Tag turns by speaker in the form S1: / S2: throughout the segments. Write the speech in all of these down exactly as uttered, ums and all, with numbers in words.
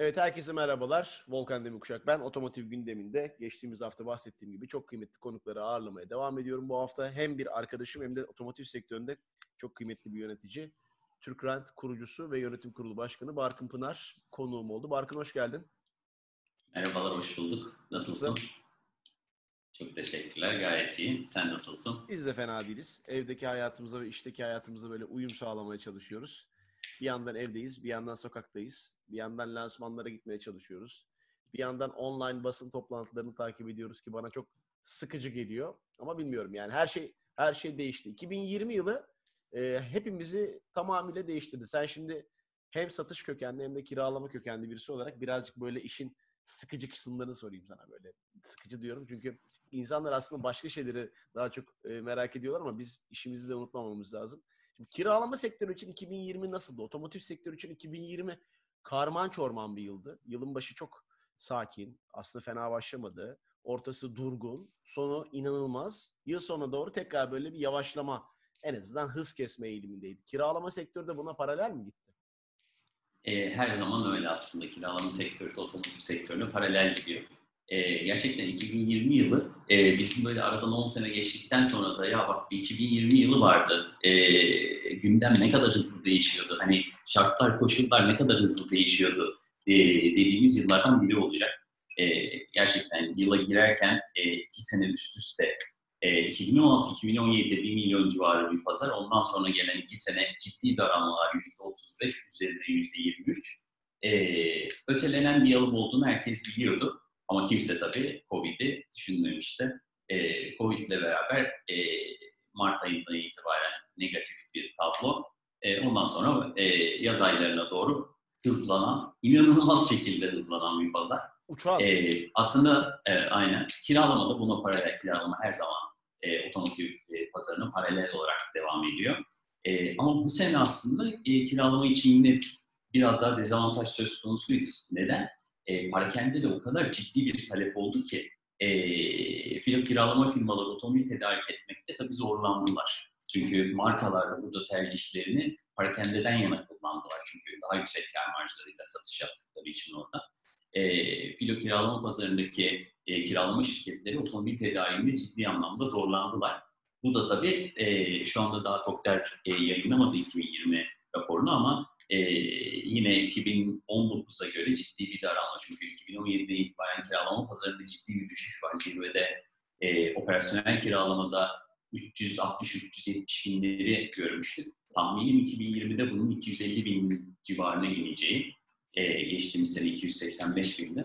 S1: Evet, herkese merhabalar. Volkan Demirkuşak ben. Otomotiv gündeminde geçtiğimiz hafta bahsettiğim gibi çok kıymetli konukları ağırlamaya devam ediyorum. Bu hafta hem bir arkadaşım hem de otomotiv sektöründe çok kıymetli bir yönetici. Türkrent kurucusu ve yönetim kurulu başkanı Barkın Pınar konuğum oldu. Barkın, hoş geldin.
S2: Merhabalar, hoş bulduk. Nasılsın?
S1: Nasılsın?
S2: Çok teşekkürler, gayet iyi. Sen nasılsın?
S1: Biz de fena değiliz. Evdeki hayatımıza ve işteki hayatımıza böyle uyum sağlamaya çalışıyoruz. Bir yandan evdeyiz, bir yandan sokaktayız. Bir yandan lansmanlara gitmeye çalışıyoruz. Bir yandan online basın toplantılarını takip ediyoruz ki bana çok sıkıcı geliyor. Ama bilmiyorum, yani her şey her şey değişti. iki bin yirmi yılı e, hepimizi tamamıyla değiştirdi. Sen şimdi hem satış kökenli hem de kiralama kökenli birisi olarak birazcık böyle işin sıkıcı kısımlarını sorayım sana böyle. Sıkıcı diyorum çünkü insanlar aslında başka şeyleri daha çok e, merak ediyorlar ama biz işimizi de unutmamamız lazım. Şimdi kiralama sektörü için iki bin yirmi nasıldı? Otomotiv sektörü için iki bin yirmi karman çorman bir yıldı. Yılın başı çok sakin, aslında fena başlamadı. Ortası durgun, sonu inanılmaz. Yıl sonuna doğru tekrar böyle bir yavaşlama, en azından hız kesme eğilimindeydi. Kiralama sektörü de buna paralel mi gitti?
S2: E, her zaman öyle aslında. Kiralama sektörü de otomotiv sektörüne paralel gidiyor. E, gerçekten iki bin yirmi yılı, e, bizim böyle aradan on sene geçtikten sonra da ya bak bir iki bin yirmi yılı vardı. E, gündem ne kadar hızlı değişiyordu. Hani şartlar, koşullar ne kadar hızlı değişiyordu e, dediğimiz yıllardan biri olacak. E, gerçekten yıla girerken e, iki sene üst üste E, iki bin on altı iki bin on yedi'de bir milyon civarı bir pazar. Ondan sonra gelen iki sene ciddi daralmalar, yüzde otuz beş, üzerinde yüzde yirmi üç. E, ötelenen bir yılım olduğunu herkes biliyordu. Ama kimse tabii Covid'i düşünmemişti. E, Covid'le beraber e, Mart ayından itibaren negatif bir tablo. E, ondan sonra e, yaz aylarına doğru hızlanan, inanılmaz şekilde hızlanan bir pazar.
S1: Uçan.
S2: E, aslında e, aynen kiralama da buna paralel, kiralama her zaman e, otomotiv e, pazarına paralel olarak devam ediyor. E, ama bu sene aslında e, kiralama için yine biraz daha dezavantaj söz konusuydu. Neden? E, Parakende de o kadar ciddi bir talep oldu ki e, filo kiralama firmaları otomobil tedarik etmekte tabii zorlandılar. Çünkü markalar da burada tercihlerini parakendeden yana kullandılar. Çünkü daha yüksek kâr marjlarıyla satış yaptıkları için orada. E, filo kiralama pazarındaki e, kiralama şirketleri otomobil tedariğinde ciddi anlamda zorlandılar. Bu da tabii e, şu anda daha TOKDER e, yayınlamadı iki bin yirmi raporunu ama e, yine iki bin on dokuz'a göre ciddi bir daralma. Çünkü iki bin on yedi'den itibaren kiralama pazarında ciddi bir düşüş var. Zirvede e, operasyonel kiralamada üç yüz altmış üç yüz yetmiş binleri görmüştük. Tahminim iki bin yirmi'de bunun iki yüz elli bin civarına ineceği. E, geçtiğimiz sene iki yüz seksen beş bindi.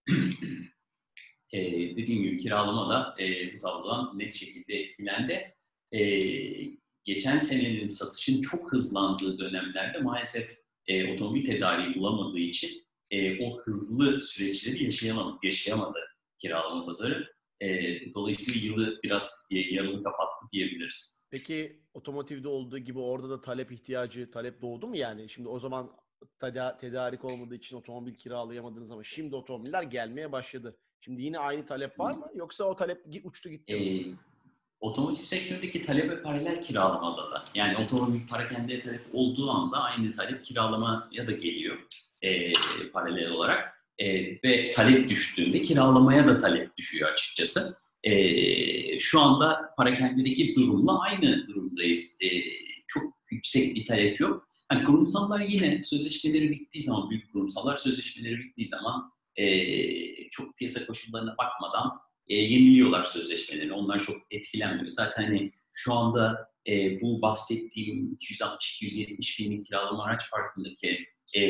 S2: e, dediğim gibi kiralama da e, bu tablodan net şekilde etkilendi. E, geçen senenin satışın çok hızlandığı dönemlerde maalesef e, otomobil tedariği bulamadığı için e, o hızlı süreçleri yaşayamadı, yaşayamadı kiralama pazarı. E, dolayısıyla yılı biraz e, yarılı kapattı diyebiliriz.
S1: Peki otomotivde olduğu gibi orada da talep ihtiyacı, talep doğdu mu yani? Şimdi o zaman teda- tedarik olmadığı için otomobil kiralayamadınız ama şimdi otomobiller gelmeye başladı. Şimdi yine aynı talep var mı? Yoksa o talep uçtu gitti mi?
S2: E, Otomotiv sektöründeki talebe paralel kiralamada da. Yani otomobil parakende talep olduğu anda aynı talep kiralamaya da geliyor e, paralel olarak. E, ve talep düştüğünde kiralamaya da talep düşüyor açıkçası. E, şu anda parakendedeki durumla aynı durumdayız. E, çok yüksek bir talep yok. Yani kurumsallar yine sözleşmeleri bittiği zaman, büyük kurumsallar sözleşmeleri bittiği zaman e, çok piyasa koşullarına bakmadan e, yeniliyorlar sözleşmelerini. Onlar çok etkilenmiyor. Zaten hani şu anda e, bu bahsettiğim iki yüz altmış iki yüz yetmiş binlik kiralama araç parkındaki e,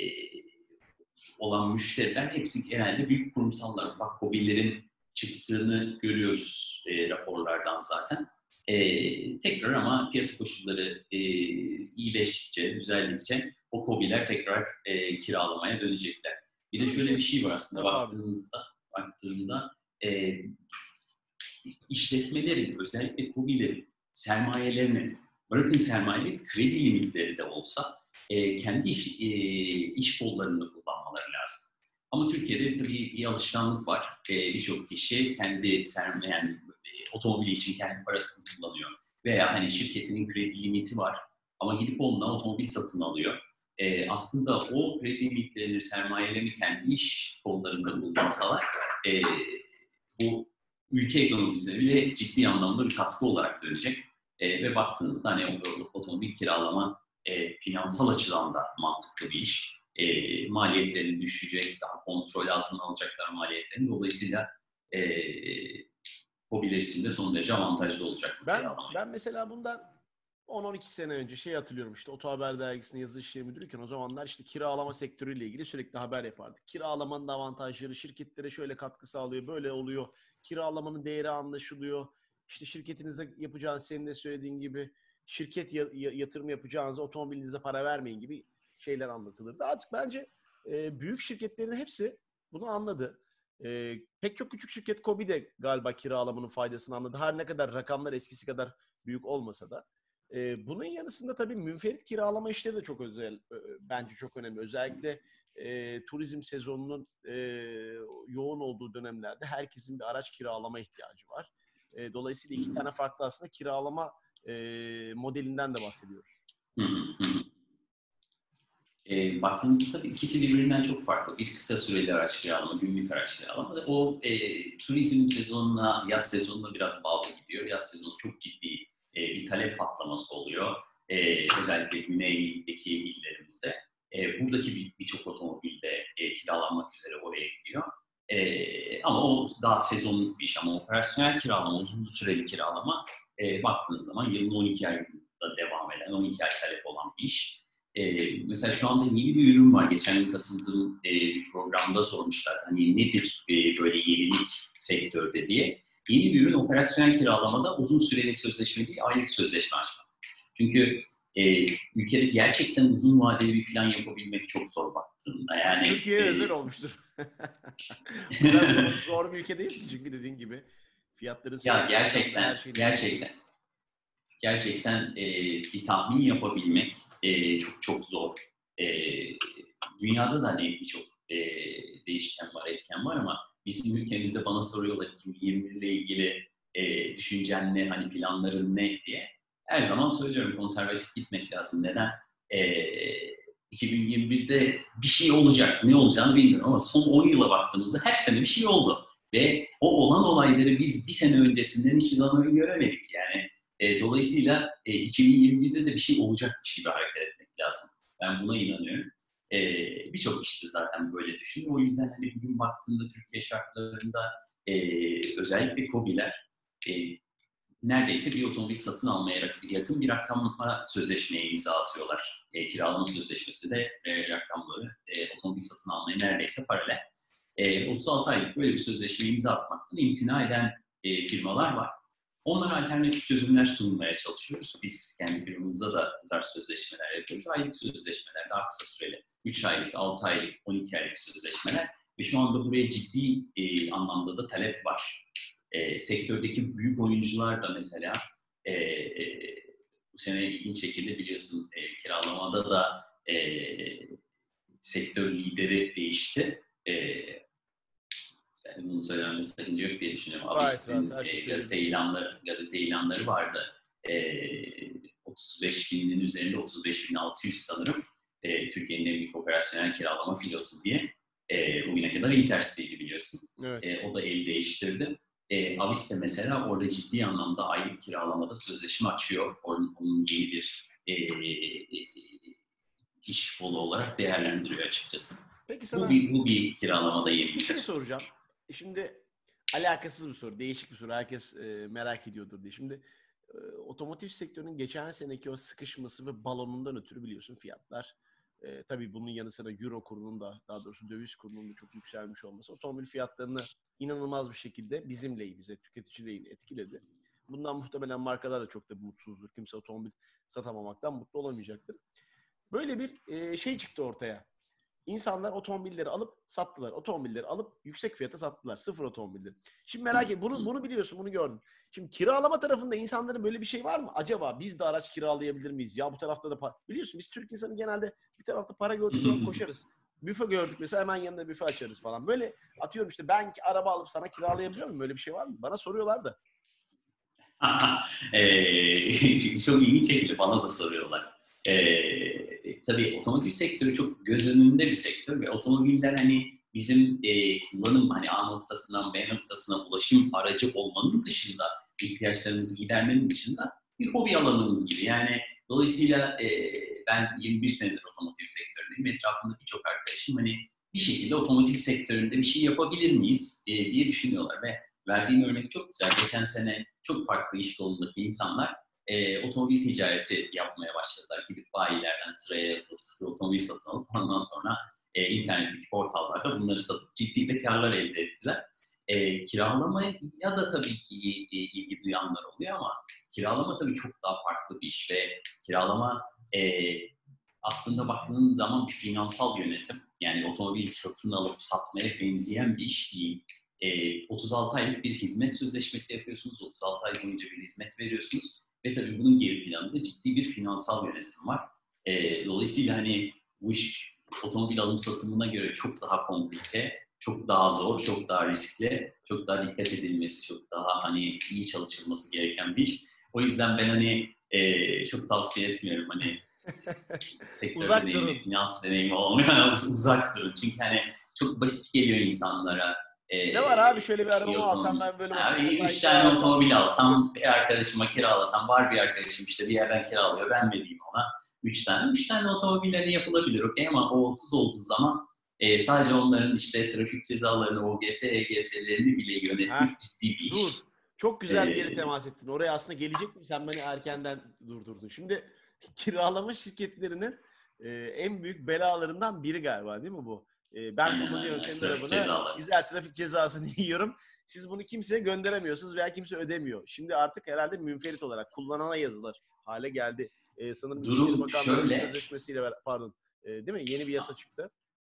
S2: olan müşteriler hepsi genelde büyük kurumsallar, ufak KOBİ'lerin çıktığını görüyoruz e, raporlardan zaten. E, tekrar ama piyasa koşulları e, iyileştikçe, düzeldikçe o KOBİ'ler tekrar e, kiralamaya dönecekler. Bir de
S1: Sana bir
S2: şöyle
S1: şey...
S2: bir şey var aslında
S1: Ha, pardon.
S2: baktığınızda, baktığında e, işletmelerin, özellikle KOBİ'lerin sermayelerini, bırakın sermayeleri, kredi limitleri de olsa e, kendi iş, e, iş kollarını kullanmaları lazım. Ama Türkiye'de tabii bir alışkanlık var. E, Birçok kişi kendi sermaye, yani e, otomobili için kendi parasını kullanıyor. Veya hani şirketinin kredi limiti var. Ama gidip onunla otomobil satın alıyor. e, aslında o kredi limitlerini, sermayelerini kendi iş kollarında kullansalar e, bu ülke ekonomisine bile ciddi anlamda bir katkı olarak dönecek. E, ve baktığınızda hani otomobil kiralama e, finansal açıdan da mantıklı bir iş. E, maliyetlerini düşecek, daha kontrol altına alacaklar maliyetlerini. Dolayısıyla e, hobiler için de son derece avantajlı olacak bu
S1: Ben
S2: kiralama.
S1: ben mesela bundan on on iki sene önce şey hatırlıyorum, işte Oto Haber Dergisi'nin yazı işleri müdürüyken o zamanlar işte kiralama sektörüyle ilgili sürekli haber yapardık. Kiralamanın avantajları, şirketlere şöyle katkı sağlıyor, böyle oluyor. Kiralamanın değeri anlaşılıyor. İşte şirketinize yapacağınız, senin de söylediğin gibi şirket yatırım yapacağınızda otomobilinize para vermeyin gibi şeyler anlatılırdı. Artık bence e, büyük şirketlerin hepsi bunu anladı. E, pek çok küçük şirket, KOBİ de galiba kiralamanın faydasını anladı. Her ne kadar rakamlar eskisi kadar büyük olmasa da. E, bunun yanısında tabii münferit kiralama işleri de çok özel, e, bence çok önemli. Özellikle e, turizm sezonunun e, yoğun olduğu dönemlerde herkesin bir araç kiralama ihtiyacı var. E, dolayısıyla iki tane farklı aslında kiralama e, modelinden de bahsediyoruz.
S2: Hı hı hı. E, baktığınızda tabii ikisi birbirinden çok farklı. Bir kısa süreli araç kiralama, günlük araç kiralama. O e, turizm sezonuna, yaz sezonuna biraz bağlı gidiyor. Yaz sezonu çok ciddi e, bir talep patlaması oluyor. E, özellikle güneydeki illerimizde. E, buradaki birçok bir otomobil de e, kiralanmak üzere oraya gidiyor. E, ama o daha sezonluk bir iş. Ama operasyonel kiralama, uzun süreli kiralama e, baktığınız zaman yılın on iki ayında devam eden, on iki ay talep olan bir iş. Ee, mesela şu anda yeni bir ürün var. Geçen gün katıldığım e, bir programda sormuşlar. Hani nedir e, böyle yenilik sektörde diye. Yeni bir ürün operasyonel kiralamada uzun süreli sözleşme değil, aylık sözleşme açmak. Çünkü e, ülkede gerçekten uzun vadeli bir plan yapabilmek çok zor baktığında. Yani,
S1: Türkiye'ye
S2: e,
S1: özel olmuştur. Bu kadar zor, zor bir ülkedeyiz ki çünkü dediğin gibi fiyatların
S2: ya
S1: sürekli artmasında, her
S2: gerçekten,
S1: şeyin
S2: gerçekten. Gerçekten e, bir tahmin yapabilmek e, çok çok zor. E, dünyada da hani birçok e, değişken var, etken var ama bizim ülkemizde bana soruyorlar iki bin yirmi bir ile ilgili e, düşüncen ne, hani planların ne diye. Her zaman söylüyorum konservatif gitmek lazım. Neden? E, iki bin yirmi birde bir şey olacak. Ne olacağını bilmiyorum ama son on yıla baktığımızda her sene bir şey oldu. Ve o olan olayları biz bir sene öncesinden hiç zaman göremedik yani. E, dolayısıyla e, iki bin yirmi birde de bir şey olacakmış gibi hareket etmek lazım. Ben buna inanıyorum. E, Birçok kişi de zaten böyle düşünüyor. O yüzden hani bugün baktığında Türkiye şartlarında e, özellikle KOBİ'ler e, neredeyse bir otomobil satın almaya yakın bir rakamla sözleşmeye imza atıyorlar. E, kiralama sözleşmesi de e, rakamları e, otomobil satın almaya neredeyse paralel. E, otuz altı aylık böyle bir sözleşmeye imza atmaktan imtina eden e, firmalar var. Onlara alternatif çözümler sunmaya çalışıyoruz. Biz kendi firmamızda da bu tarz sözleşmeler yapıyoruz. Aylık sözleşmeler, daha kısa süreli. üç aylık, altı aylık, on iki aylık sözleşmeler. Ve şu anda buraya ciddi e, anlamda da talep var. E, sektördeki büyük oyuncular da mesela e, e, bu sene ilginç şekilde biliyorsun e, kiralamada da e, sektör lideri değişti. E, Yani bunu söylemem sakınca yok diye düşünüyorum. Avis'in e, gazete ilanları, gazete ilanları vardı. E, otuz beş binin üzerinde otuz beş bin altı yüz sanırım. E, Türkiye'nin en büyük operasyonel kiralama filosu diye. E, bugüne kadar Intercity'ydi biliyorsun.
S1: Evet.
S2: E, o da el değiştirdi. E, Avis de mesela orada ciddi anlamda aylık kiralamada sözleşme açıyor. Onun, onun yeni bir e, e, iş kolu olarak değerlendiriyor açıkçası.
S1: Peki sana
S2: bu bir, bu bir kiralamada yeni
S1: bir şey soracağım. Şimdi alakasız bir soru, değişik bir soru. Herkes e, merak ediyordur diye. Şimdi e, otomotiv sektörünün geçen seneki o sıkışması ve balonundan ötürü biliyorsun fiyatlar. E, tabii bunun yanı sıra euro kurunun da, daha doğrusu döviz kurunun da çok yükselmiş olması otomobil fiyatlarını inanılmaz bir şekilde bizim lehimize, tüketici lehine etkiledi. Bundan muhtemelen markalar da çok da mutsuzdur. Kimse otomobil satamamaktan mutlu olamayacaktır. Böyle bir e, şey çıktı ortaya. İnsanlar otomobilleri alıp sattılar. Otomobilleri alıp yüksek fiyata sattılar. Sıfır otomobilleri. Şimdi merak et. Bunu, bunu biliyorsun, bunu gördün. Şimdi kiralama tarafında insanların böyle bir şey var mı? Acaba biz de araç kiralayabilir miyiz? Ya bu tarafta da para... Biliyorsun biz Türk insanı genelde bir tarafta para gördüğü zaman koşarız. Büfe gördük mesela hemen yanında büfe açarız falan. Böyle atıyorum işte ben araba alıp sana kiralayabiliyor muyum? Böyle bir şey var mı? Bana soruyorlar da.
S2: ee, çok ilginç şekilde bana da soruyorlar. Ee, tabii otomotiv sektörü çok göz önünde bir sektör ve otomobiller hani bizim e, kullanım hani A noktasından B noktasına ulaşım aracı olmanın dışında, ihtiyaçlarımızı gidermenin dışında bir hobi alanımız gibi. Yani dolayısıyla e, ben yirmi bir senedir otomotiv sektöründeyim. Etrafımda birçok arkadaşım hani bir şekilde otomotiv sektöründe bir şey yapabilir miyiz e, diye düşünüyorlar ve verdiğim örnek çok güzel. Geçen sene çok farklı iş kolundaki insanlar e, otomobil ticareti yapmaya başladılar. Gidip bayilerden sıraya yazılıp sıfır otomobil satın alıp ondan sonra e, internetteki portallarda bunları satıp ciddi de karlar elde ettiler. E, kiralamaya da tabii ki ilgi duyanlar oluyor ama kiralama tabii çok daha farklı bir iş ve kiralama e, aslında baktığın zaman bir finansal yönetim. Yani otomobil satın alıp satmaya benzeyen bir iş değil. E, otuz altı aylık bir hizmet sözleşmesi yapıyorsunuz. otuz altı ay boyunca bir hizmet veriyorsunuz. Ve tabii bunun geri planında ciddi bir finansal yönetim var. E, dolayısıyla hani bu iş otomobil alım satımına göre çok daha komplike, çok daha zor, çok daha riskli, çok daha dikkat edilmesi, çok daha hani iyi çalışılması gereken bir iş. O yüzden ben hani e, çok tavsiye etmiyorum hani sektör
S1: Uzak
S2: deneyimi,
S1: durun.
S2: finans deneyimi olmayan uzak durun. Çünkü hani çok basit geliyor insanlara. E,
S1: Ne var abi, şöyle bir
S2: bir
S1: arabamı alsam,
S2: otomobil.
S1: ben böyle
S2: Yani
S1: vakit
S2: üç
S1: mesai
S2: tane
S1: alsam.
S2: otomobil alsam, bir arkadaşıma kiralasam, var bir arkadaşım işte bir yerden kiralıyor, ben vereyim ona. Üç tane. Üç tane otomobille ne yapılabilir? Okey, ama o otuz olduğu zaman e, sadece onların işte trafik cezalarını, O G S, E G S'lerini bile
S1: Heh,
S2: yönetmek ciddi bir
S1: dur.
S2: iş.
S1: Çok
S2: E,
S1: güzel bir yere temas ettin. Oraya aslında gelecek mi? Sen beni erkenden durdurdun. Şimdi kiralama şirketlerinin e, en büyük belalarından biri galiba, değil mi bu? E, ben
S2: aynen
S1: kullanıyorum
S2: aynen.
S1: senin
S2: Trafik
S1: arabanı.
S2: cezaları.
S1: Güzel trafik cezasını yiyorum. Siz bunu kimseye gönderemiyorsunuz veya kimse ödemiyor. Şimdi artık herhalde münferit olarak kullanana yazılır hale geldi. E, sanırım İçişleri
S2: Durum
S1: Bakanlığı'nın bir
S2: şöyle.
S1: sözleşmesiyle pardon. E, değil mi? Yeni bir yasa çıktı.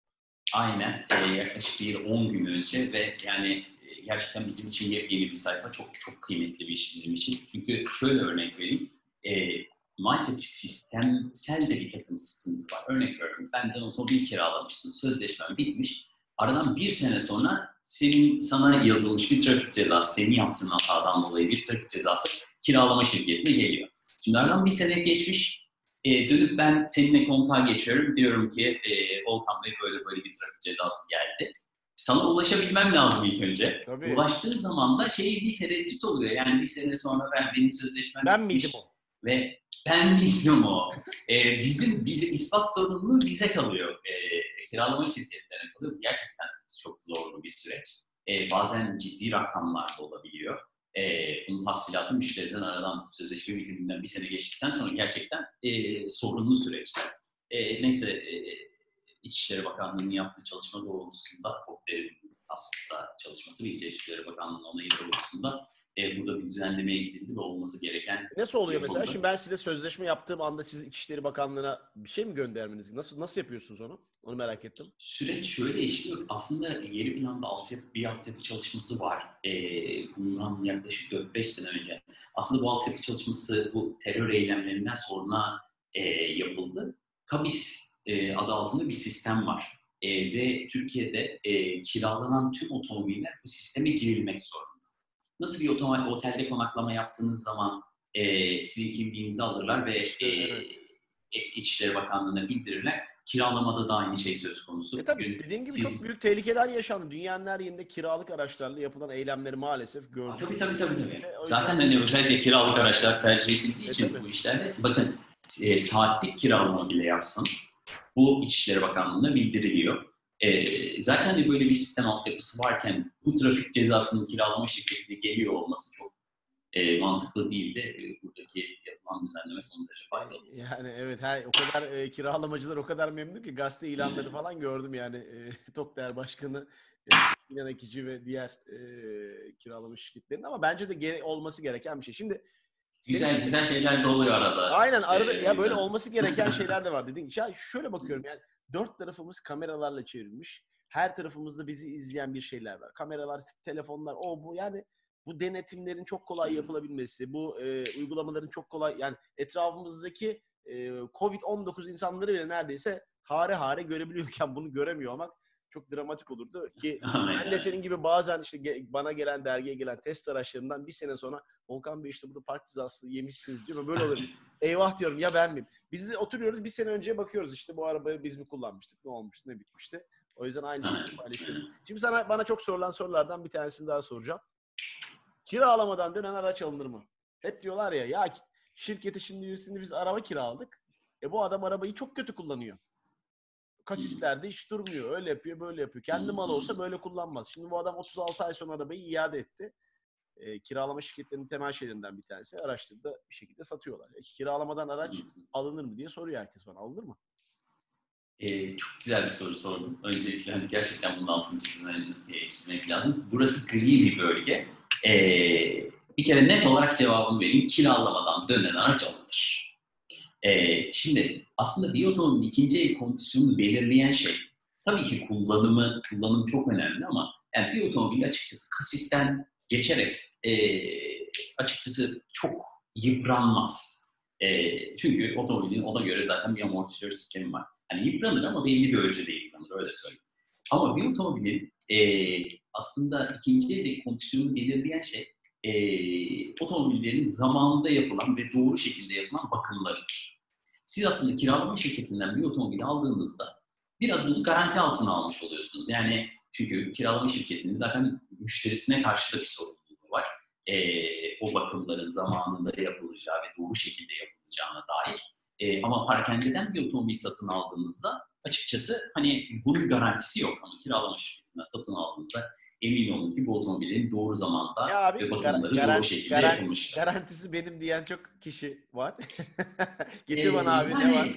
S2: Aynen. E, yaklaşık bir on gün önce ve yani e, gerçekten bizim için yepyeni bir sayfa. Çok çok kıymetli bir iş bizim için. Çünkü şöyle örnek vereyim. E, maalesef sistemsel de bir takım sıkıntı var. Örnek veriyorum. Benden otomobil kiralamışsın. Sözleşmen bitmiş. Aradan bir sene sonra senin sana yazılmış bir trafik cezası, senin yaptığın hatadan dolayı bir trafik cezası kiralama şirketine geliyor. Şimdi aradan bir sene geçmiş. E, dönüp ben seninle kontağa geçiyorum. Diyorum ki e, Volkan Bey böyle böyle bir trafik cezası geldi. Sana ulaşabilmem lazım ilk önce.
S1: Tabii.
S2: Ulaştığın zaman da şeyi bir tereddüt oluyor. Yani bir sene sonra ben benim sözleşmem
S1: Ben miydim
S2: bitmiş
S1: o?
S2: ve ben miydim o? E, bizim bize ispat sorumluluğu bize kalıyor. E, kiralama şirketlerine kalıyor. Gerçekten çok zorlu bir süreç. E, bazen ciddi rakamlar da olabiliyor. E, bunun tahsilatı müşteriden aradan sözleşme bitiminden bir sene geçtikten sonra gerçekten e, sorunlu süreçler. E, neyse e, İçişleri Bakanlığı'nın yaptığı çalışma doğrultusunda TOKDER'in aslında çalışması ve İçişleri Bakanlığı'nın onayı doğrultusunda e, burada bir düzenlemeye gidildi ve olması gereken
S1: Nasıl oluyor mesela? Şimdi
S2: yapıldı.
S1: ben size sözleşme yaptığım anda siz İçişleri Bakanlığı'na bir şey mi göndermeniz? Nasıl nasıl yapıyorsunuz onu? Onu merak ettim.
S2: Süreç şöyle işliyor. Aslında geri planda altyapı, bir altyapı çalışması var. Ee, bundan yaklaşık dört beş sene önce. Aslında bu altyapı çalışması bu terör eylemlerinden sonra e, yapıldı. KABİS e, adı altında bir sistem var. E, ve Türkiye'de e, kiralanan tüm otomobiller bu sisteme girilmek zorunda. Nasıl bir otomobil, otelde konaklama yaptığınız zaman e, sizin kimliğinizi alırlar ve
S1: İşte
S2: e,
S1: evet.
S2: İçişleri Bakanlığı'na bildirirler. Kiralamada da aynı şey söz
S1: E
S2: konusu.
S1: tabii
S2: Bugün
S1: dediğin gibi çok
S2: siz...
S1: büyük tehlikeler yaşandı. Dünyanın her yerinde kiralık araçlarla yapılan eylemleri maalesef
S2: Aa,
S1: gördük.
S2: tabii tabii tabii. tabii.
S1: Ve o
S2: Zaten
S1: yüzden
S2: hani özellikle kiralık araçlar tercih edildiği
S1: e
S2: için
S1: tabii.
S2: bu işlerde bakın e, saatlik kiralama bile yapsanız bu İçişleri Bakanlığı'na bildiriliyor. E, zaten de böyle bir sistem altyapısı varken bu trafik cezasının kiralama şirketine geliyor olması çok e, mantıklı değildi. E, buradaki yapılan düzenleme son derece
S1: E,
S2: faydalı.
S1: Yani evet, her, o kadar e, kiralamacılar o kadar memnun ki gazete ilanları falan gördüm yani e, TOKDER Başkanı, e, İnan Ekici ve diğer e, kiralama şirketlerinin, ama bence de gere- olması gereken bir şey. Şimdi senin
S2: Güzel
S1: şimdi
S2: güzel şeyler de oluyor arada.
S1: aynen arada
S2: E, o
S1: ya böyle
S2: yüzden.
S1: olması gereken şeyler de var dedin. Ya şöyle bakıyorum yani, dört tarafımız kameralarla çevrilmiş. Her tarafımızda bizi izleyen bir şeyler var. Kameralar, telefonlar, o bu yani, bu denetimlerin çok kolay yapılabilmesi, bu e, uygulamaların çok kolay, yani etrafımızdaki e, covid on dokuz insanları bile neredeyse hare hare görebiliyorken bunu göremiyor olmak çok dramatik olurdu ki
S2: Aynen.
S1: ben de senin gibi bazen işte ge- bana gelen dergiye gelen test araçlarından bir sene sonra Volkan Bey işte burada park cezası yemişsiniz diyor. Böyle olur. Eyvah diyorum ya ben miyim? Biz de oturuyoruz bir sene önceye bakıyoruz işte bu arabayı biz mi kullanmıştık, ne olmuştu, ne bitmişti. O yüzden aynı şeyi
S2: Aynen.
S1: paylaşıyoruz. Şimdi sana bana çok sorulan sorulardan bir tanesini daha soracağım. Kiralamadan dönen araç alınır mı? Hep diyorlar ya ya şirketi şimdi, şimdi biz araba kiraladık. E bu adam arabayı çok kötü kullanıyor. Kasislerde hiç durmuyor. Öyle yapıyor, böyle yapıyor. Kendi malı olsa böyle kullanmaz. Şimdi bu adam otuz altı ay sonra arabayı iade etti. E, kiralama şirketlerinin temel şeylerinden bir tanesi. Araçları da bir şekilde satıyorlar. E, kiralamadan araç alınır mı diye soruyor herkes bana. Alınır mı?
S2: Ee, çok güzel bir soru sordum. Öncelikle hani gerçekten bunun altını çizmek, çizmek lazım. Burası gri bir bölge. Ee, bir kere net olarak cevabını vereyim. Kiralamadan dönen araç alınır. Ee, şimdi aslında bir otomobilin ikinci el kondisyonunu belirleyen şey tabii ki kullanımı, kullanım çok önemli ama yani bir otomobil açıkçası kasisten geçerek e, açıkçası çok yıpranmaz. E, çünkü otomobilin ona göre zaten bir amortisör sistemi var. Hani yıpranır ama belli bir ölçüde yıpranır, öyle söyleyeyim. Ama bir otomobilin e, aslında ikinci el kondisyonunu belirleyen şey e, otomobillerin zamanında yapılan ve doğru şekilde yapılan bakımlarıdır. Siz aslında kiralama şirketinden bir otomobil aldığınızda biraz bunu garanti altına almış oluyorsunuz. Yani çünkü kiralama şirketinin zaten müşterisine karşı da bir sorumluluğu var. E, o bakımların zamanında yapılacağı ve doğru şekilde yapılacağına dair. E, ama parkendeden bir otomobil satın aldığınızda açıkçası hani bunun garantisi yok. Ama kiralama şirketinden satın aldığınızda emin olun ki bu otomobilin doğru
S1: Ya
S2: zamanda
S1: abi
S2: ve
S1: gar-
S2: bakımları doğru
S1: garan-
S2: şekilde
S1: garantisi,
S2: yapılmıştır.
S1: garantisi benim diyen çok kişi var.
S2: E,
S1: Getir bana abi ne var?
S2: yani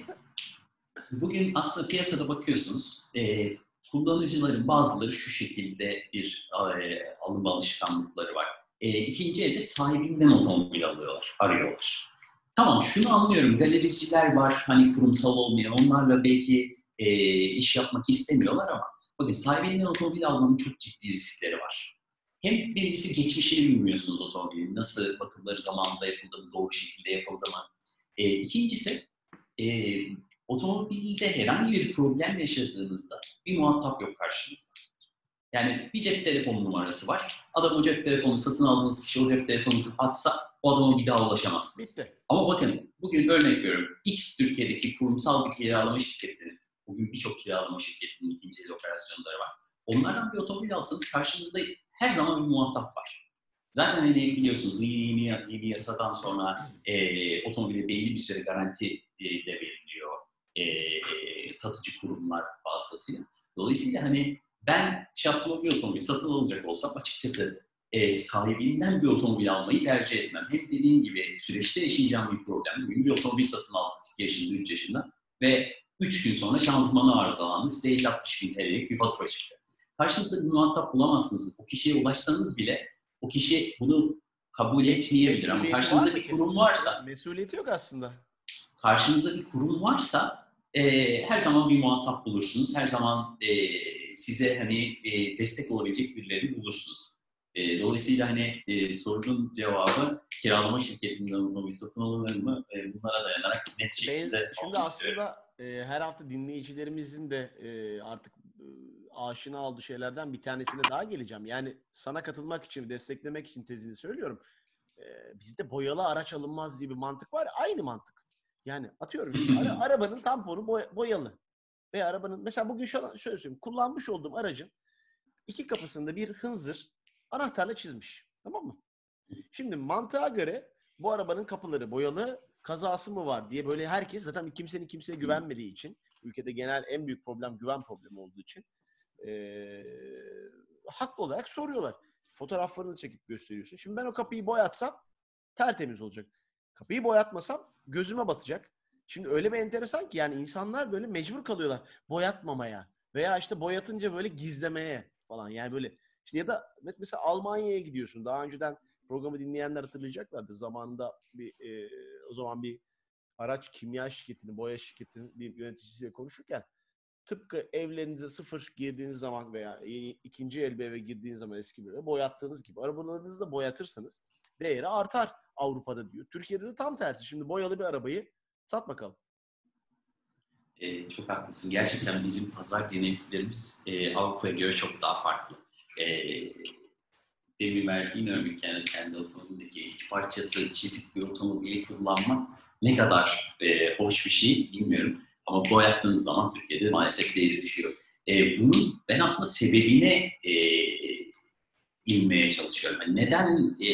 S2: bugün aslında piyasada bakıyorsunuz, e, kullanıcıların bazıları şu şekilde bir e, alım alışkanlıkları var. E, ikinci elde sahibinden otomobil alıyorlar, arıyorlar. Tamam, şunu anlıyorum, galericiler var, hani kurumsal olmayan, onlarla belki e, iş yapmak istemiyorlar ama bakın sahibinden otomobil almanın çok ciddi riskleri var. Hem birincisi geçmişini bilmiyorsunuz otomobilin, nasıl bakımları zamanında yapıldı mı, doğru şekilde yapıldı mı. E, ikincisi, e, otomobilde herhangi bir problem yaşadığınızda bir muhatap yok karşınızda. Yani bir cep telefonu numarası var. Adam o cep telefonu satın aldığınız kişi o cep telefonunu kapatsa o adama bir daha ulaşamazsınız.
S1: Bitti.
S2: Ama bakın bugün örnek veriyorum. X Türkiye'deki kurumsal bir kiralama şirketinin, bugün birçok kiralama şirketinin ikinci el operasyonları var. Onlardan bir otomobil alsanız karşınızda her zaman bir muhatap var. Zaten hani biliyorsunuz yeni, yeni, yeni yasadan sonra e, otomobile belli bir süre garanti e, de veriliyor e, e, satıcı kurumlar vasıtasıyla. Dolayısıyla hani ben şahsıma bir otomobil satın alacak olsam açıkçası e, sahibinden bir otomobil almayı tercih etmem. Hep dediğim gibi süreçte yaşayacağım bir problem. Bugün bir otomobil satın aldınız iki yaşında, üç yaşında ve üç gün sonra şanzımanı arızalandı. Size elli altmış bin T L'lik bir fatura çıktı. Karşınızda bir muhatap bulamazsınız. O kişiye ulaşsanız bile o kişi bunu kabul etmeyebilir ama
S1: Mesuliyeti var
S2: karşınızda
S1: mı
S2: bir
S1: ki?
S2: kurum varsa
S1: Mesuliyeti yok aslında.
S2: karşınızda bir kurum varsa e, her zaman bir muhatap bulursunuz. Her zaman e, size hani e, destek olabilecek birilerini bulursunuz. E, dolayısıyla hani e, sorunun cevabı kiralama şirketinden otomobil satın alınır mı? E, bunlara dayanarak net
S1: Benz
S2: şekilde
S1: Şimdi
S2: anlatıyorum.
S1: aslında e, her hafta dinleyicilerimizin de e, artık e, aşina olduğu şeylerden bir tanesine daha geleceğim. Yani sana katılmak için, desteklemek için tezini söylüyorum. E, bizde boyalı araç alınmaz diye bir mantık var. Aynı mantık. Yani atıyorum şimdi ara, arabanın tamponu boy- boyalı. Ve arabanın mesela bugün şöyle, şöyle söyleyeyim. Kullanmış olduğum aracın iki kapısında bir hınzır anahtarla çizmiş. Tamam mı? Şimdi mantığa göre bu arabanın kapıları boyalı, kazası mı var diye böyle herkes zaten kimsenin kimseye güvenmediği için, ülkede genel en büyük problem güven problemi olduğu için ee, haklı olarak soruyorlar. Fotoğraflarını çekip gösteriyorsun. Şimdi ben o kapıyı boyatsam tertemiz olacak. Kapıyı boyatmasam gözüme batacak. Şimdi öyle bir enteresan ki yani insanlar böyle mecbur kalıyorlar boyatmamaya veya işte boyatınca böyle gizlemeye falan. Yani böyle işte ya da mesela Almanya'ya gidiyorsun. Daha önceden programı dinleyenler hatırlayacaklardır. Zamanında bir e, o zaman bir araç kimya şirketinin, boya şirketinin bir yöneticisiyle konuşurken tıpkı evlerinize sıfır girdiğiniz zaman veya ikinci el bir eve girdiğiniz zaman eski bir eve boyattığınızı gibi arabalarınızı da boyatırsanız değeri artar Avrupa'da diyor. Türkiye'de de tam tersi. Şimdi boyalı bir arabayı sat bakalım.
S2: E, çok haklısın. Gerçekten bizim pazar dinamiklerimiz e, Avrupa'ya göre çok daha farklı. E, demin verdiğin örnek yani kendi otomobilindeki iki parçası çizik bir otomobili kullanmak ne kadar e, hoş bir şey bilmiyorum. Ama bu yaptığınız zaman Türkiye'de maalesef değeri düşüyor. E, bunun ben aslında sebebine e, inmeye çalışıyorum. Yani neden e,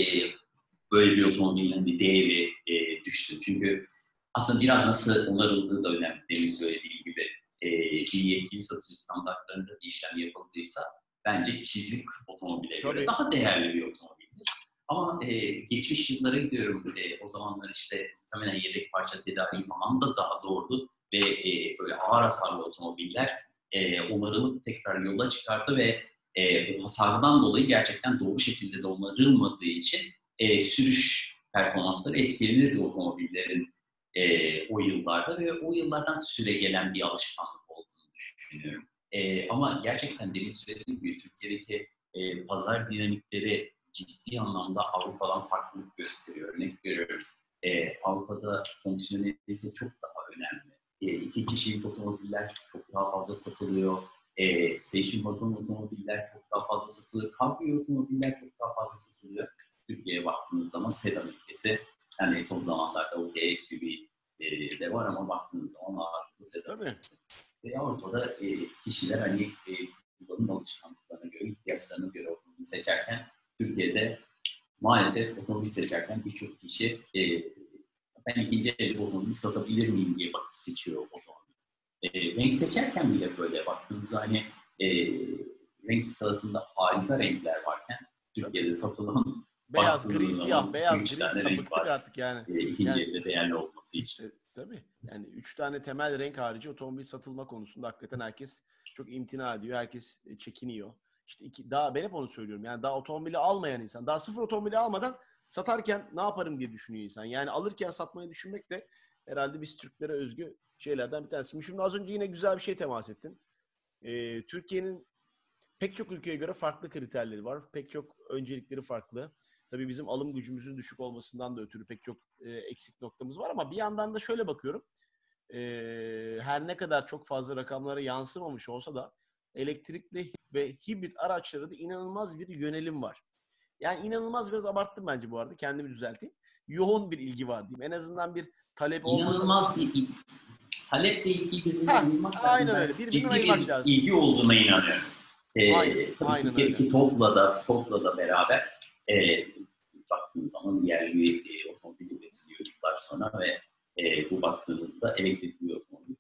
S2: böyle bir otomobilin hani değeri e, düştü? Çünkü aslında biraz nasıl onarıldığı da önemli. Demin söylediğim gibi e, bir yetkili satıcı standartlarında bir işlem yapıldıysa bence çizik otomobile göre
S1: Tabii.
S2: daha değerli bir otomobildir. Ama e, geçmiş yıllara gidiyorum. E, o zamanlar işte muhtemelen yedek parça tedariği falan da daha zordu ve e, böyle ağır hasarlı otomobiller e, onarılıp tekrar yola çıkardı ve e, o hasardan dolayı gerçekten doğru şekilde de onarılmadığı için e, sürüş performansları etkilenirdi otomobillerin e, o yıllarda ve o yıllardan süre gelen bir alışkanlık olduğunu düşünüyorum. E, ama gerçekten demin söylediğim gibi Türkiye'deki e, pazar dinamikleri ciddi anlamda Avrupa'dan farklılık gösteriyor. Örnek veriyorum. E, Avrupa'da fonksiyonelite çok daha önemli. E, iki kişilik otomobiller çok daha fazla satılıyor. E, station wagon otomobiller çok daha fazla satılıyor. Cabrio otomobiller çok daha fazla satılıyor. Türkiye'ye baktığınız zaman sedan ülkesi. Yani son zamanlarda o S U V e, de var ama baktığınız zaman ağırlıklı sedan
S1: Tabii.
S2: ülkesi. Ve Avrupa'da e, kişiler hani e, kullanım alışkanlıklarına göre, ihtiyaçlarına göre otomobil seçerken Türkiye'de maalesef otomobil seçerken birçok kişi e, ben ikinci el otomobil satabilir miyim diye bakıp seçiyor otomobil. E, renk seçerken bile böyle baktığınızda hani e, renk skalasında harika renkler varken Türkiye'de satılan
S1: Beyaz, gri,
S2: baktığınız
S1: siyah,
S2: zaman iki
S1: beyaz,
S2: üç
S1: gri,
S2: tane
S1: siyah.
S2: renk
S1: Bıktık
S2: var.
S1: artık yani.
S2: E, ikinci
S1: Yani
S2: elde değerli olması için.
S1: e, tabii. Yani üç tane temel renk harici otomobil satılma konusunda hakikaten herkes çok imtina ediyor. Herkes e, çekiniyor. İşte iki, daha ben hep onu söylüyorum. Yani daha otomobili almayan insan, daha sıfır otomobili almadan satarken ne yaparım diye düşünüyor insan. Yani alırken satmayı düşünmek de herhalde biz Türklere özgü şeylerden bir tanesi. Şimdi az önce yine güzel bir şey temas ettin. Ee, Türkiye'nin pek çok ülkeye göre farklı kriterleri var. Pek çok öncelikleri farklı. Tabii bizim alım gücümüzün düşük olmasından da ötürü pek çok e, eksik noktamız var ama bir yandan da şöyle bakıyorum. E, her ne kadar çok fazla rakamlara yansımamış olsa da elektrikli ve hibrit araçlara da inanılmaz bir yönelim var. Yani inanılmaz biraz abarttım bence bu arada. Kendimi düzelteyim. Yoğun bir ilgi var diyeyim. En azından bir talep olmasa da.
S2: İnanılmaz bir taleple ilgiyi birbirine
S1: Ha,
S2: ayırmak lazım.
S1: aynen
S2: Ben
S1: öyle.
S2: çok
S1: Birbirinden
S2: ciddi
S1: ayırmak
S2: bir
S1: lazım.
S2: ilgi olduğuna inanıyorum.
S1: Aynen.
S2: Ee, tabii
S1: Aynen öyle.
S2: Türkiye'deki TOG'la da, TOG'la da beraber e, baktığınız zaman yerli e, otomobil üretiliyor yıllar sonra ve e, bu baktığınızda elektrikli otomobil.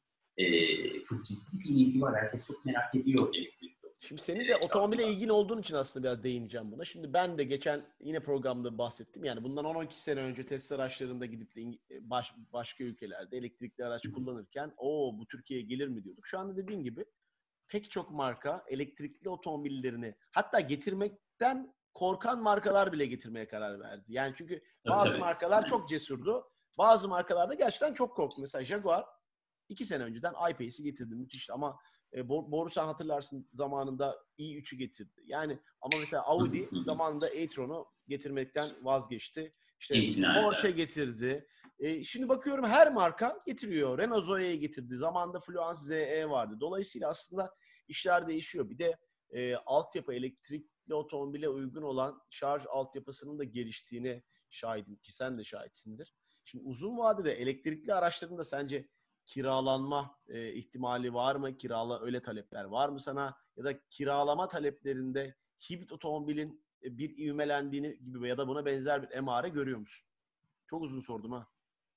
S2: E, çok ciddi bir ilgi var. Herkes çok merak ediyor elektrikli
S1: Şimdi
S2: otomobil
S1: senin de
S2: e,
S1: otomobile
S2: çağında.
S1: ilgin olduğun için aslında biraz değineceğim buna. Şimdi ben de geçen yine programda bahsettim. Yani bundan on on iki sene önce test araçlarında gidip de baş, başka ülkelerde elektrikli araç kullanırken o bu Türkiye'ye gelir mi diyorduk. Şu anda dediğim gibi pek çok marka elektrikli otomobillerini hatta getirmekten korkan markalar bile getirmeye karar verdi. Yani çünkü
S2: Tabii
S1: bazı
S2: tabii.
S1: markalar çok cesurdu. Bazı markalar da gerçekten çok korktu. Mesela Jaguar iki sene önceden I-Pace'i getirdi. Müthişti ama e, Borusan hatırlarsın zamanında i üçü getirdi. Yani ama mesela Audi zamanında e-tron'u getirmekten vazgeçti. İşte
S2: İmtina
S1: Porsche
S2: eder.
S1: getirdi. E, şimdi bakıyorum her marka getiriyor. Renault Zoe'yi getirdi. Zamanında Fluence Z E vardı. Dolayısıyla aslında işler değişiyor. Bir de e, altyapı elektrikli otomobile uygun olan şarj altyapısının da geliştiğine şahidim ki sen de şahitsindir. Şimdi uzun vadede elektrikli araçların da sence kiralanma e, ihtimali var mı? Kirala öyle talepler var mı sana? Ya da kiralama taleplerinde hibrit otomobilin e, bir ivmelendiğini gibi ya da buna benzer bir emare görüyor musun? Çok uzun sordum ha.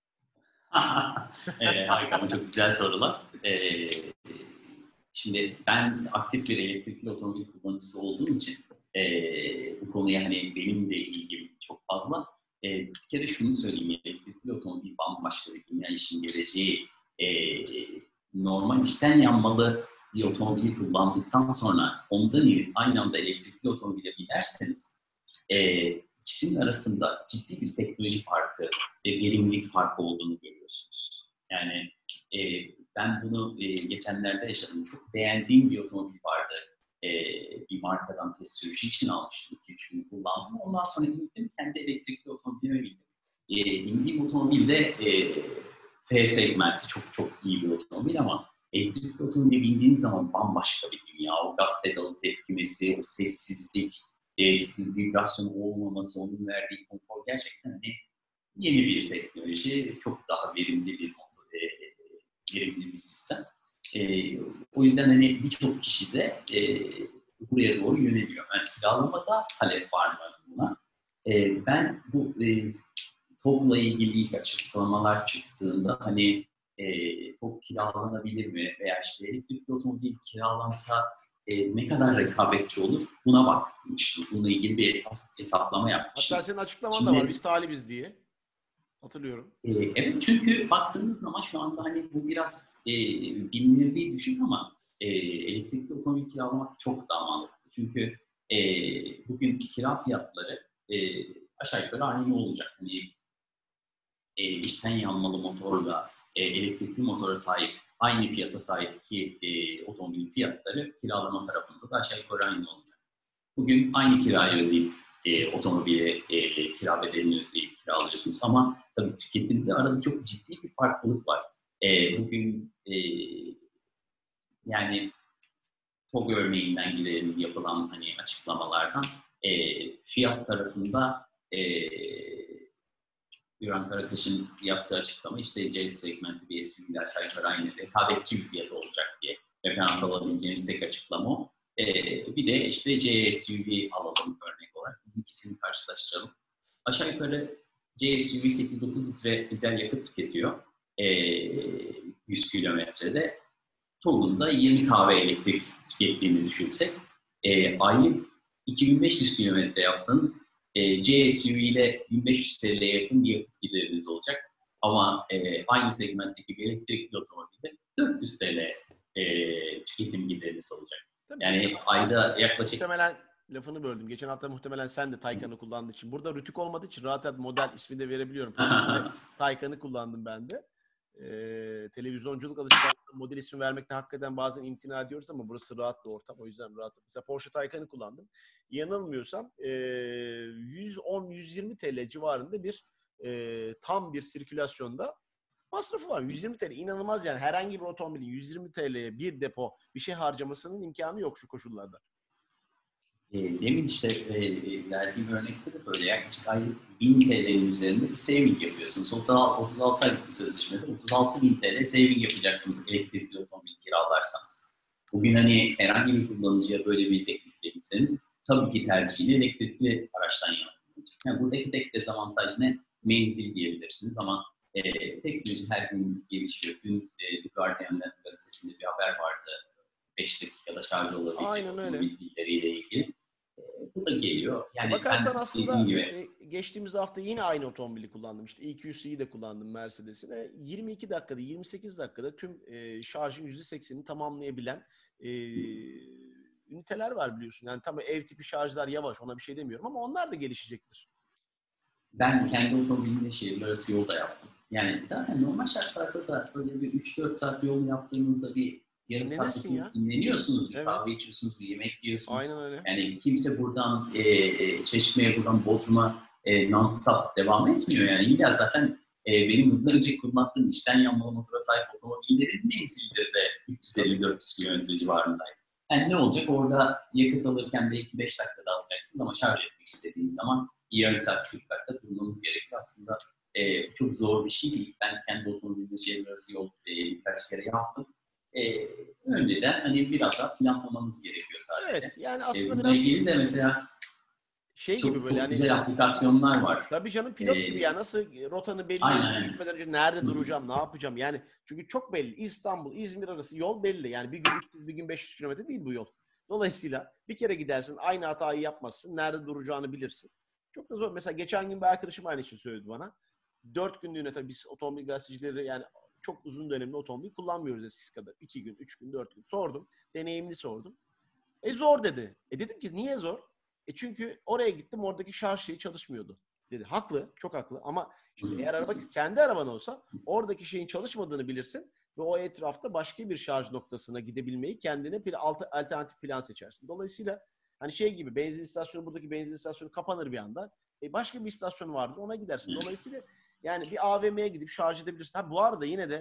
S2: e, harika ama çok güzel sorular. E, şimdi ben aktif bir elektrikli otomobil kullanıcısı olduğum için e, bu konuya hani benim de ilgim çok fazla. E, bir kere şunu söyleyeyim, elektrikli otomobil bambaşka bir dünya, işin geleceği. E, normal içten yanmalı bir otomobili kullandıktan sonra ondan inip aynı anda elektrikli otomobile binerseniz e, ikisinin arasında ciddi bir teknoloji farkı ve verimlilik farkı olduğunu görüyorsunuz. Yani e, ben bunu e, geçenlerde yaşadım. Çok beğendiğim bir otomobil vardı. E, bir markadan test sürüşü için almıştım. iki üç gün kullandım. Ondan sonra gittim kendi elektrikli otomobilime bindim. E, indiğim otomobil de e, F segmenti çok çok iyi bir otomobil ama Elektrikli otomobile bindiğiniz zaman bambaşka bir dünya. O gaz pedalı tepkimesi, o sessizlik, e, vibrasyon olmaması, onun verdiği konfor gerçekten hani yeni bir teknoloji. Çok daha verimli bir motor, e, verimli bir sistem. E, o yüzden hani birçok kişi de e, buraya doğru yöneliyor. Yani kiralamada talep var mı buna? E, ben bu e, TOG'la ilgili ilk açıklamalar çıktığında hani e, TOG kiralanabilir mi veya işte elektrikli otomobil kiralansa e, ne kadar rekabetçi olur buna bakmıştım. Bununla ilgili bir hesaplama yapmıştım.
S1: Hatta senin açıklaman
S2: Şimdi,
S1: da var. Biz talibiz diye. Hatırlıyorum.
S2: E, evet, çünkü baktığınız zaman şu anda hani bu biraz e, bilinirliği düşük ama e, elektrikli otomobil kiralamak çok daha mantıklı. Çünkü e, bugün kira fiyatları e, aşağı yukarı aynı olacak. Hani e, içten yanmalı motorla e, elektrikli motora sahip aynı fiyata sahip ki e, otomobil fiyatları kiralama tarafında da aşağı yukarı aynı olacak. Bugün aynı kirayı ödeyip e, otomobili e, kira bedelini ödeyip kiralıyorsunuz ama tabii tüketimde arada çok ciddi bir farklılık var. E, bugün e, yani TOG örneğinden gidelim yapılan hani açıklamalardan e, fiyat tarafında e, Güran Karakaş'ın yaptığı açıklama işte C segmenti bir S U V'ler aşağı yukarı aynı rekabetçi bir fiyat olacak diye referans alabileceğimiz tek açıklama o. Ee, bir de işte C S U V alalım örnek olarak. İkisini karşılaştıralım. Aşağı yukarı C S U V sekiz dokuz litre dizel yakıt tüketiyor. Ee, yüz kilometrede. TOG'un da yirmi kahve elektrik tükettiğini düşünsek e, aylık iki bin beş yüz kilometre yapsanız e, C S U V ile bin beş yüz T L'ye yakın bir yakıt gideriniz olacak. Ama e, aynı segmentteki bir elektrikli otomobilde dört yüz T L e, tüketim gideriniz olacak.
S1: Tabii
S2: yani
S1: geçen
S2: ayda yaklaşık...
S1: Muhtemelen lafını böldüm. Geçen hafta muhtemelen sen de Taycan'ı kullandığı için. Burada Rütük olmadığı için rahat model ismi de verebiliyorum. Projesinde Taycan'ı kullandım ben de. Ee, televizyonculuk alışkanlığı model ismi vermekte hakikaten bazen imtina ediyoruz ama burası rahat bir ortam. O yüzden rahat. Mesela Porsche Taycan'ı kullandım. Yanılmıyorsam e, yüz on yüz yirmi T L civarında bir e, tam bir sirkülasyonda masrafı var. yüz yirmi T L inanılmaz yani. Herhangi bir otomobilin yüz yirmi T L'ye bir depo bir şey harcamasının imkanı yok şu koşullarda.
S2: E, demin işte e, verdiğim örnekte de böyle yaklaşık aylık bin T L'nin üzerinde bir saving yapıyorsunuz. otuz altı aylık bir sözleşmede otuz altı bin T L saving yapacaksınız elektrikli otomobil kiralarsanız. Bugün hani herhangi bir kullanıcıya böyle bir teklifle gitseniz tabii ki tercihini elektrikli araçtan yapılacak. Yani buradaki tek dezavantaj ne? Menzil diyebilirsiniz ama e, teknoloji her gün gelişiyor. Dün e, The Guardian gazetesinde bir haber vardı. beş dakikada şarj olabilecek otomobil pilleriyle ilgili. E, bu da geliyor. Yani
S1: bakarsan
S2: ben
S1: aslında
S2: gibi,
S1: e, geçtiğimiz hafta yine aynı otomobili kullandım. İşte E Q C'yi de kullandım Mercedes'ine. yirmi iki dakikada, yirmi sekiz dakikada tüm e, şarjın yüzde seksenini tamamlayabilen e, üniteler var biliyorsun. Yani tabii ev tipi şarjlar yavaş, ona bir şey demiyorum ama onlar da gelişecektir.
S2: Ben kendi otomobilimle şehirler arası yol da yaptım. Yani zaten normal şartlarda da böyle bir üç dört saat yol yaptığınızda bir yarım saat oturup dinleniyorsunuz, bir
S1: evet.
S2: kahve içiyorsunuz, bir yemek yiyorsunuz.
S1: Aynen öyle.
S2: Yani kimse buradan e, Çeşme'ye, buradan Bodrum'a e, non-stop devam etmiyor. Yani illa zaten e, benim bundan önce kullandığım içten yanmalı motora sahip otomobillerin menzilleri de üç yüz elli dört yüz kilometre civarındaydı. Yani ne olacak? Orada yakıt alırken belki beş dakikada alacaksınız ama şarj etmek istediğiniz zaman yarım saat, kırk dakika durmanız gerekiyor. Aslında e, çok zor bir şey değil. Ben kendi otomobilimde şehir arası yol e, birkaç kere yaptım. E, önceden hani biraz daha planlamanız gerekiyor sadece.
S1: Evet, yani aslında
S2: e,
S1: biraz
S2: ilgili de mesela
S1: şey
S2: çok,
S1: gibi böyle
S2: çok
S1: hani
S2: güzel aplikasyonlar var.
S1: Tabii canım pilot
S2: ee,
S1: gibi ya nasıl rotanı belirliyorsun
S2: aynen.
S1: gitmeden önce nerede duracağım, ne yapacağım yani çünkü çok belli. İstanbul, İzmir arası yol belli. Yani bir gün üç yüz, bir gün beş yüz kilometre değil bu yol. Dolayısıyla bir kere gidersin, aynı hatayı yapmazsın, nerede duracağını bilirsin. Çok da zor. Mesela geçen gün bir arkadaşım aynı şeyi söyledi bana. Dört günlüğüne tabii biz otomobil gazetecileri yani çok uzun dönemli otomobil kullanmıyoruz eskisi kadar. İki gün, üç gün, dört gün. Sordum. Deneyimli sordum. E zor dedi. E dedim ki niye zor? E çünkü oraya gittim oradaki şarj şeyi çalışmıyordu. Dedi. Haklı, çok haklı ama şimdi eğer araba kendi araban olsa oradaki şeyin çalışmadığını bilirsin ve o etrafta başka bir şarj noktasına gidebilmeyi kendine bir alternatif plan seçersin. Dolayısıyla hani şey gibi benzin istasyonu buradaki benzin istasyonu kapanır bir anda. E başka bir istasyon vardır ona gidersin. Dolayısıyla yani bir A V M'ye gidip şarj edebilirsin. Ha bu arada yine de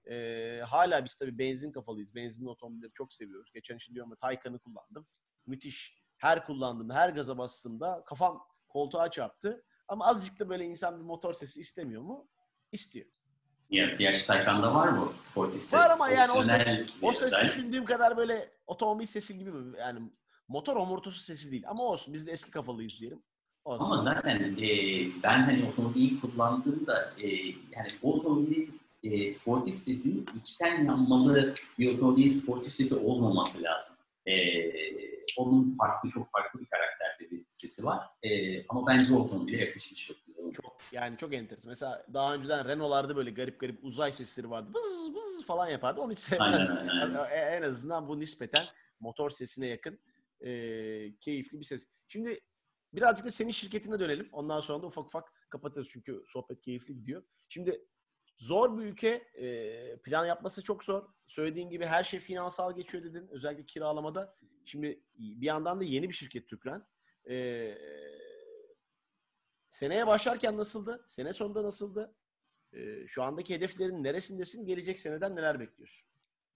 S1: Ee, hala biz tabii benzin kafalıyız. Benzinli otomobilleri çok seviyoruz. Geçen işte diyorum ya Taycan'ı kullandım. Müthiş. Her kullandığımda, her gaza bastığımda kafam koltuğa çarptı. Ama azıcık da böyle insan bir motor sesi istemiyor mu? İstiyor.
S2: Ya, diğer Taycan'da var mı sportif
S1: Var
S2: ses?
S1: ama yani o ses
S2: Opsiyonel
S1: o
S2: bir
S1: ses
S2: özellik.
S1: düşündüğüm kadar böyle otomobil sesi gibi mi? Yani motor homurtusu sesi değil. Ama olsun. Biz de eski kafalıyız diyelim.
S2: Ama
S1: Olsun.
S2: zaten e, ben hani otomobili kullandığımda e, yani bu otomobilin e, sportif sesinin içten yanmalı bir otomobilin sportif sesi olmaması lazım. E, onun farklı, çok farklı bir karakterde bir sesi var. E, ama bence o otomobile yakışmış yok.
S1: Çok yani çok enteresan. Mesela daha önceden Renault'larda böyle garip garip uzay sesleri vardı. Bız bız falan yapardı. Onu hiç
S2: Aynen
S1: sevmezdim.
S2: aynen.
S1: E- En azından bu nispeten motor sesine yakın e, keyifli bir ses. Şimdi birazcık da senin şirketine dönelim. Ondan sonra da ufak ufak kapatırız. Çünkü sohbet keyifli gidiyor. Şimdi zor bir ülke. E, plan yapması çok zor. Söylediğin gibi her şey finansal geçiyor dedin. Özellikle kiralamada. Şimdi bir yandan da yeni bir şirket Tükren. E, Seneye başlarken nasıldı? Sene sonunda nasıldı? Ee, şu andaki hedeflerin neresindesin? Gelecek seneden neler bekliyorsun?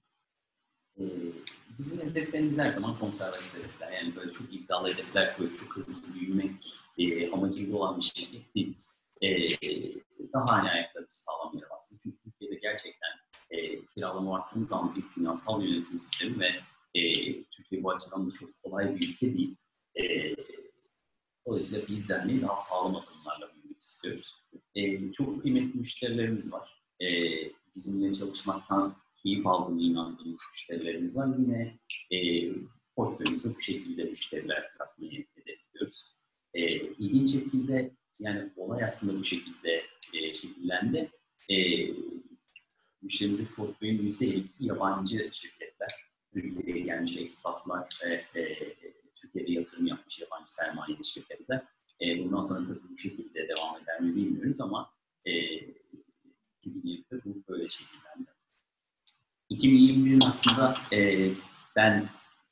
S2: E, bizim hedeflerimiz her zaman konservatif hedefler. Yani böyle çok iddialı hedefler koyup çok hızlı büyümek e, amacıyla olan bir şirket değiliz. E, daha hani ayaklarımızı sağlam yere bastı. Çünkü Türkiye'de gerçekten e, kiralama baktığımız zaman bir finansal yönetim sistemi ve e, Türkiye bu açıdan da çok kolay bir ülke değil. E, dolayısıyla bizden de daha sağlam adımlarla büyümek istiyoruz. E, çok kıymetli müşterilerimiz var. E, bizimle çalışmaktan keyif aldığını inandığımız müşterilerimiz var. Yine e, portföyümüze bu şekilde müşteriler katmayı hedefliyoruz. E, ilginç şekilde yani olay aslında bu şekilde e, şekillendi. E, müşterimizdeki portföyün yüzde ellisi yabancı şirketler. Türkiye'ye gelmiş ekspatlar ve e, Türkiye'de yatırım yapmış yabancı sermayeli şirketler. E, bundan sonra tabii bu şekilde devam eder mi bilmiyoruz ama e, iki bin yirmide bu böyle şekillendi. iki bin yirmi birin aslında e, ben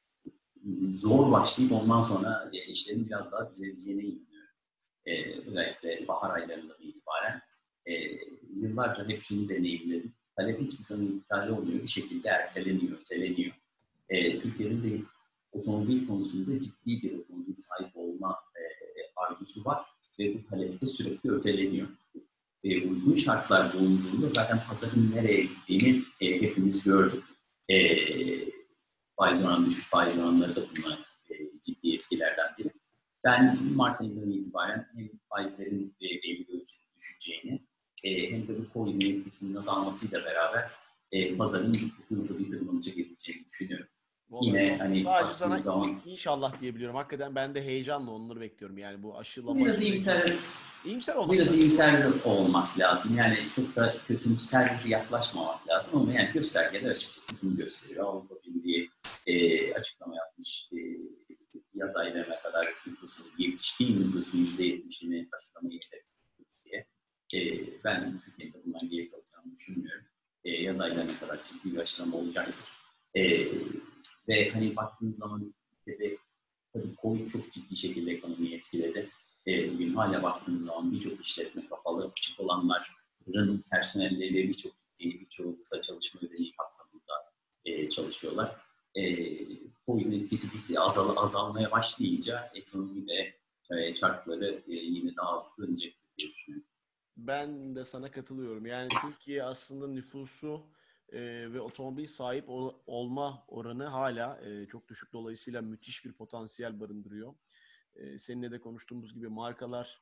S2: zor başlayıp ondan sonra e, işlerin biraz daha düzeleceğine inanıyorum. E, özellikle bahar aylarından itibaren e, yıllarca hep şunu deneyimledim. Talep hiçbir zaman iptal olmuyor. Bir şekilde erteleniyor, öteleniyor. E, Türkiye'nin de otomobil konusunda ciddi bir otomobil sahip olma e, arzusu var ve bu talep de sürekli öteleniyor. E, uygun şartlar bulunduğunda zaten pazarın nereye gittiğini e, hepimiz gördük. E, faiz oranı, düşük faiz oranları da buna e, ciddi etkilerden biri. Ben Mart ayından itibaren hem faizlerin e, belli ölçüde düşeceğini e, hem de bu Covid'in etkisinin azalmasıyla beraber e, pazarın hızlı bir tırmanışa geçeceğini düşünüyorum.
S1: Vallahi
S2: Yine
S1: çok,
S2: hani
S1: sadece sana
S2: baktığımız zaman
S1: inşallah diyebiliyorum. Hakikaten ben de heyecanla onları bekliyorum. Yani bu aşılama
S2: biraz
S1: süreci.
S2: iyimser,
S1: İyimser olmak
S2: biraz
S1: lazım.
S2: iyimser olmak lazım. Yani çok da kötümser yaklaşmamak lazım ama yani göstergeler açıkçası bunu gösteriyor. Avrupa Birliği e, açıklama yapmış. E, yaz aylarına kadar nüfusun, yetişkin nüfusun yüzde yetmişini aşılamayı hedefliyoruz diye. E, ben Türkiye'de bundan geri kalacağını düşünmüyorum. E, yaz aylarına kadar ciddi bir aşılama olacaktır. E, ve hani baktığınız zaman de, tabii Covid çok ciddi şekilde ekonomiyi etkiledi. E, bugün hala baktığınız zaman birçok işletme kapalı, açık olanların personelleri birçok birçok kısa çalışma ödeneği kapsamında e, çalışıyorlar. E, Covid'in etkisi bitti, azal, azalmaya başlayınca ekonomi ve e, çarkları e, yine daha hızlı dönecektir diye düşünüyorum.
S1: Ben de sana katılıyorum. Yani Türkiye aslında nüfusu e, ve otomobil sahip ol, olma oranı hala e, çok düşük. Dolayısıyla müthiş bir potansiyel barındırıyor. E, seninle de konuştuğumuz gibi markalar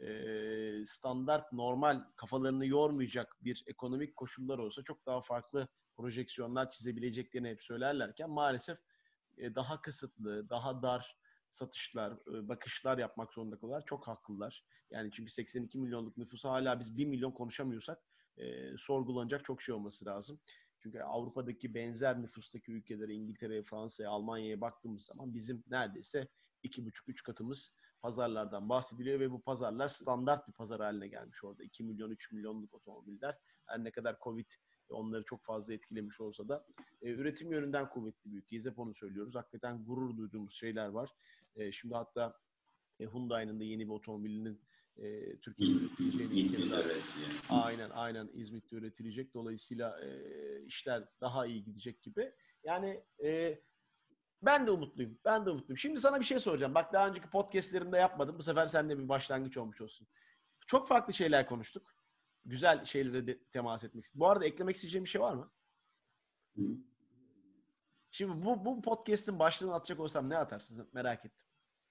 S1: e, standart, normal, kafalarını yormayacak bir ekonomik koşullar olsa çok daha farklı projeksiyonlar çizebileceklerini hep söylerlerken maalesef e, daha kısıtlı, daha dar satışlar, e, bakışlar yapmak zorunda kalıyorlar. Çok haklılar. Yani çünkü seksen iki milyonluk nüfusa hala biz bir milyon konuşamıyorsak e, sorgulanacak çok şey olması lazım. Çünkü Avrupa'daki benzer nüfustaki ülkelere, İngiltere'ye, Fransa'ya, Almanya'ya baktığımız zaman bizim neredeyse iki buçuk üç katımız pazarlardan bahsediliyor ve bu pazarlar standart bir pazar haline gelmiş orada. iki milyon, üç milyonluk otomobiller. Her ne kadar Covid onları çok fazla etkilemiş olsa da e, üretim yönünden kuvvetli bir ülkeyiz. Hep onu söylüyoruz. Hakikaten gurur duyduğumuz şeyler var. E, şimdi hatta e, Hyundai'nin de yeni bir otomobilinin E, Türkiye'de üretileceğini.
S2: İzmir'de üretiliyor.
S1: Aynen aynen İzmit'te üretilecek. Dolayısıyla e, işler daha iyi gidecek gibi. Yani e, ben de umutluyum. Ben de umutluyum. Şimdi sana bir şey soracağım. Bak daha önceki podcastlerimde yapmadım. Bu sefer seninle bir başlangıç olmuş olsun. Çok farklı şeyler konuştuk. Güzel şeylere de temas etmek istedim. Bu arada eklemek isteyeceğim bir şey var mı?
S2: Hı.
S1: Şimdi bu, bu podcast'in başlığını atacak olsam ne atarsın? Merak ettim.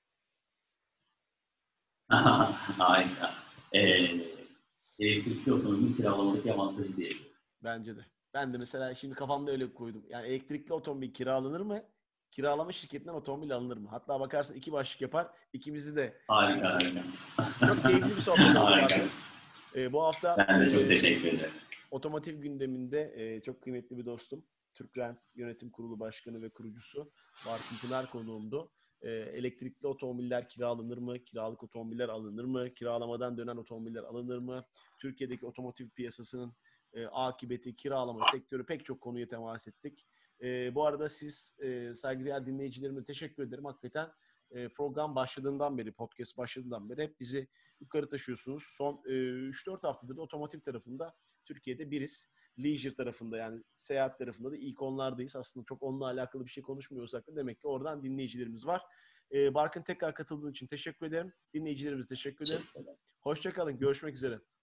S2: Harika. Ee, elektrikli otomobil kiralamadaki avantajı diyebilirim.
S1: Bence de. Ben de mesela şimdi kafamda öyle koydum. Yani elektrikli otomobil kiralanır mı? Kiralama şirketinden otomobil alınır mı? Hatta bakarsın iki başlık yapar. İkimizi de.
S2: Harika, harika.
S1: Çok keyifli bir sohbet oldu.
S2: Harika.
S1: Ee, bu hafta
S2: Ben de çok
S1: e,
S2: teşekkür ederim.
S1: otomotiv gündeminde e, çok kıymetli bir dostum. Türkrent Yönetim Kurulu Başkanı ve kurucusu Barkın Pınar konuğumdu. E, elektrikli otomobiller kiralanır mı? Kiralık otomobiller alınır mı? Kiralamadan dönen otomobiller alınır mı? Türkiye'deki otomotiv piyasasının e, akıbeti, kiralama sektörü pek çok konuya temas ettik. E, bu arada siz e, saygıdeğer dinleyicilerime teşekkür ederim. Hakikaten e, program başladığından beri, podcast başladığından beri hep bizi yukarı taşıyorsunuz. Son e, üç dört haftadır da otomotiv tarafında Türkiye'de biriz. Leisure tarafında yani seyahat tarafında da ilk onlardayız. Aslında çok onunla alakalı bir şey konuşmuyorsak da demek ki oradan dinleyicilerimiz var. Ee, Barkın tekrar katıldığın için teşekkür ederim. Dinleyicilerimize teşekkür ederim. Hoşça kalın. Görüşmek üzere.